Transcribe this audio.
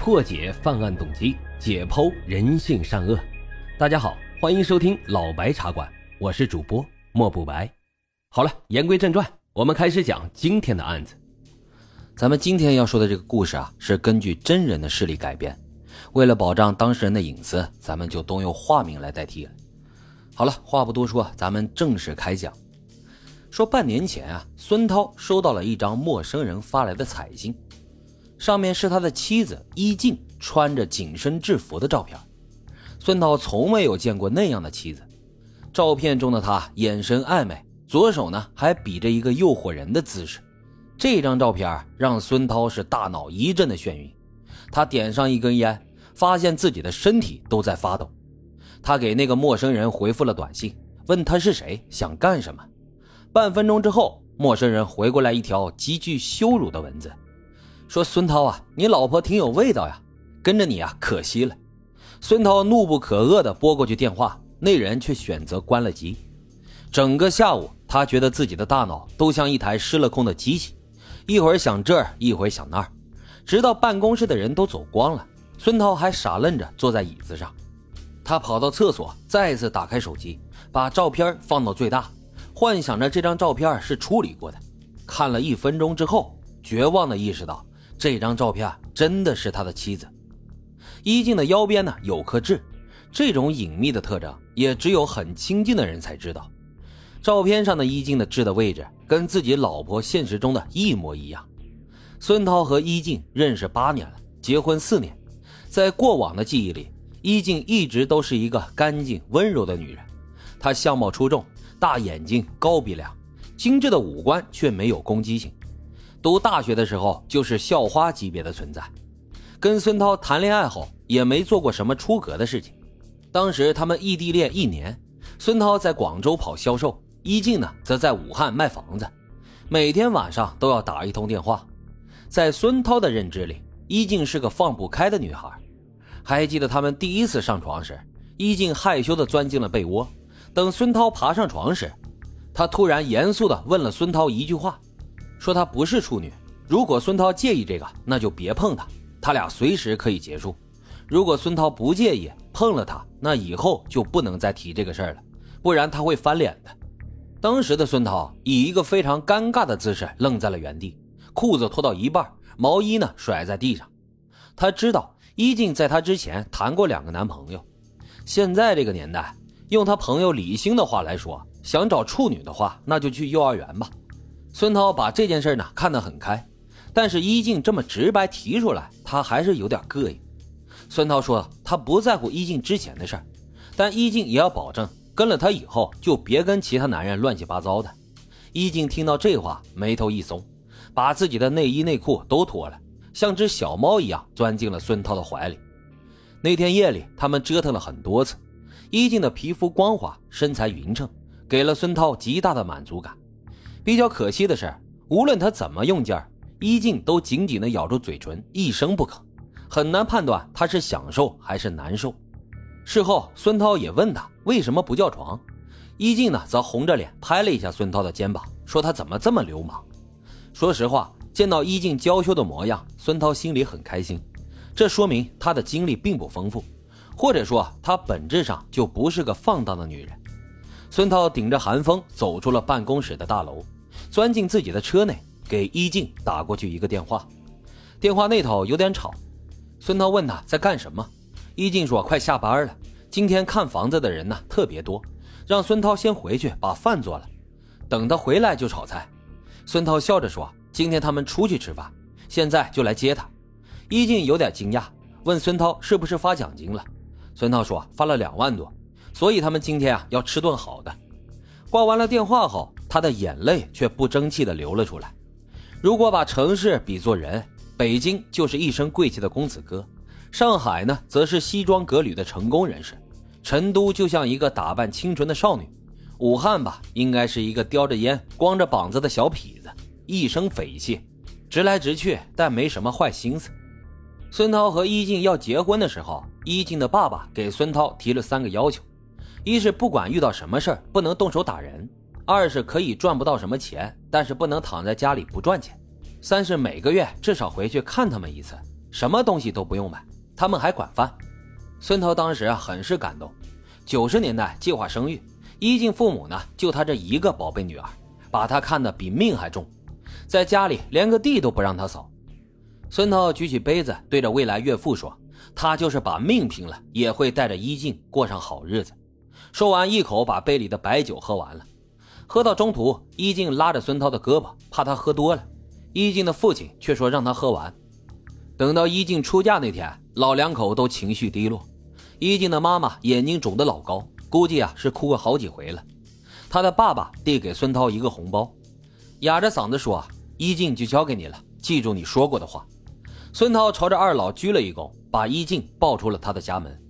破解犯案动机，解剖人性善恶。大家好，欢迎收听老白茶馆，我是主播莫不白。好了，言归正传，我们开始讲今天的案子。 咱们今天要说的这个故事是根据真人的事例改编，为了保障当事人的隐私，咱们就都用化名来代替了。好了，话不多说，咱们正式开讲。说半年前孙涛收到了一张陌生人发来的彩信，上面是他的妻子伊静穿着紧身制服的照片。孙涛从没有见过那样的妻子，照片中的他眼神暧昧，左手呢还比着一个诱惑人的姿势。这张照片让孙涛是大脑一阵的眩晕，他点上一根烟，发现自己的身体都在发抖。他给那个陌生人回复了短信，问他是谁，想干什么。半分钟之后，陌生人回过来一条极具羞辱的文字，说孙涛你老婆挺有味道呀，跟着你可惜了。孙涛怒不可遏地拨过去电话，那人却选择关了机。整个下午他觉得自己的大脑都像一台失了控的机器，一会儿想这儿一会儿想那儿，直到办公室的人都走光了，孙涛还傻愣着坐在椅子上。他跑到厕所，再次打开手机，把照片放到最大，幻想着这张照片是处理过的。看了1分钟之后，绝望地意识到这张照片真的是他的妻子。伊静的腰边有颗痣，这种隐秘的特征也只有很亲近的人才知道。照片上的伊静的痣的位置跟自己老婆现实中的一模一样。孙涛和伊静认识8年了，结婚4年。在过往的记忆里，伊静一直都是一个干净温柔的女人。她相貌出众，大眼睛高鼻梁，精致的五官却没有攻击性。读大学的时候就是校花级别的存在。跟孙涛谈恋爱后也没做过什么出格的事情。当时他们异地恋1年，孙涛在广州跑销售，伊静呢则在武汉卖房子，每天晚上都要打一通电话。在孙涛的认知里，伊静是个放不开的女孩。还记得他们第一次上床时，伊静害羞地钻进了被窝，等孙涛爬上床时，她突然严肃地问了孙涛一句话，说她不是处女，如果孙涛介意这个，那就别碰她，他俩随时可以结束。如果孙涛不介意，碰了她，那以后就不能再提这个事儿了，不然他会翻脸的。当时的孙涛以一个非常尴尬的姿势愣在了原地，裤子脱到一半，毛衣呢甩在地上。他知道伊静在他之前谈过2个男朋友，现在这个年代，用他朋友李星的话来说，想找处女的话，那就去幼儿园吧。孙涛把这件事呢看得很开，但是伊静这么直白提出来，他还是有点膈应。孙涛说他不在乎伊静之前的事儿，但伊静也要保证跟了他以后就别跟其他男人乱七八糟的。伊静听到这话，眉头一松，把自己的内衣内裤都脱了，像只小猫一样钻进了孙涛的怀里。那天夜里他们折腾了很多次，伊静的皮肤光滑，身材匀称，给了孙涛极大的满足感。比较可惜的是，无论他怎么用劲儿，伊静都紧紧地咬住嘴唇，一声不吭，很难判断他是享受还是难受。事后孙涛也问他为什么不叫床，伊静呢则红着脸拍了一下孙涛的肩膀，说他怎么这么流氓。说实话，见到伊静娇羞的模样，孙涛心里很开心，这说明他的经历并不丰富，或者说她本质上就不是个放荡的女人。孙涛顶着寒风走出了办公室的大楼，钻进自己的车内，给伊静打过去一个电话。电话那头有点吵，孙涛问他在干什么，伊静说快下班了，今天看房子的人呢特别多，让孙涛先回去把饭做了，等他回来就炒菜。孙涛笑着说今天他们出去吃饭，现在就来接他。伊静有点惊讶，问孙涛是不是发奖金了。孙涛说发了2万多，所以他们今天要吃顿好的。挂完了电话后，他的眼泪却不争气地流了出来。如果把城市比作人，北京就是一身贵气的公子哥，上海呢则是西装革履的成功人士，成都就像一个打扮清纯的少女，武汉吧应该是一个叼着烟光着膀子的小痞子，一身匪气，直来直去，但没什么坏心思。孙涛和伊静要结婚的时候，伊静的爸爸给孙涛提了3个要求，一是不管遇到什么事儿不能动手打人，2是可以赚不到什么钱，但是不能躺在家里不赚钱，3是每个月至少回去看他们一次， 什么东西都不用买，他们还管饭。孙涛当时很是感动。90年代计划生育，一静父母呢就他这一个宝贝女儿，把她看得比命还重，在家里连个地都不让她扫。孙涛举起杯子对着未来岳父说，他就是把命拼了也会带着一静过上好日子。说完一口把杯里的白酒喝完了。喝到中途，一静拉着孙涛的胳膊，怕他喝多了，一静的父亲却说让他喝完。等到一静出嫁那天，老两口都情绪低落，一静的妈妈眼睛肿得老高，估计是哭过好几回了。他的爸爸递给孙涛一个红包，哑着嗓子说，一静就交给你了，记住你说过的话。孙涛朝着二老鞠了一躬，把一静抱出了他的家门。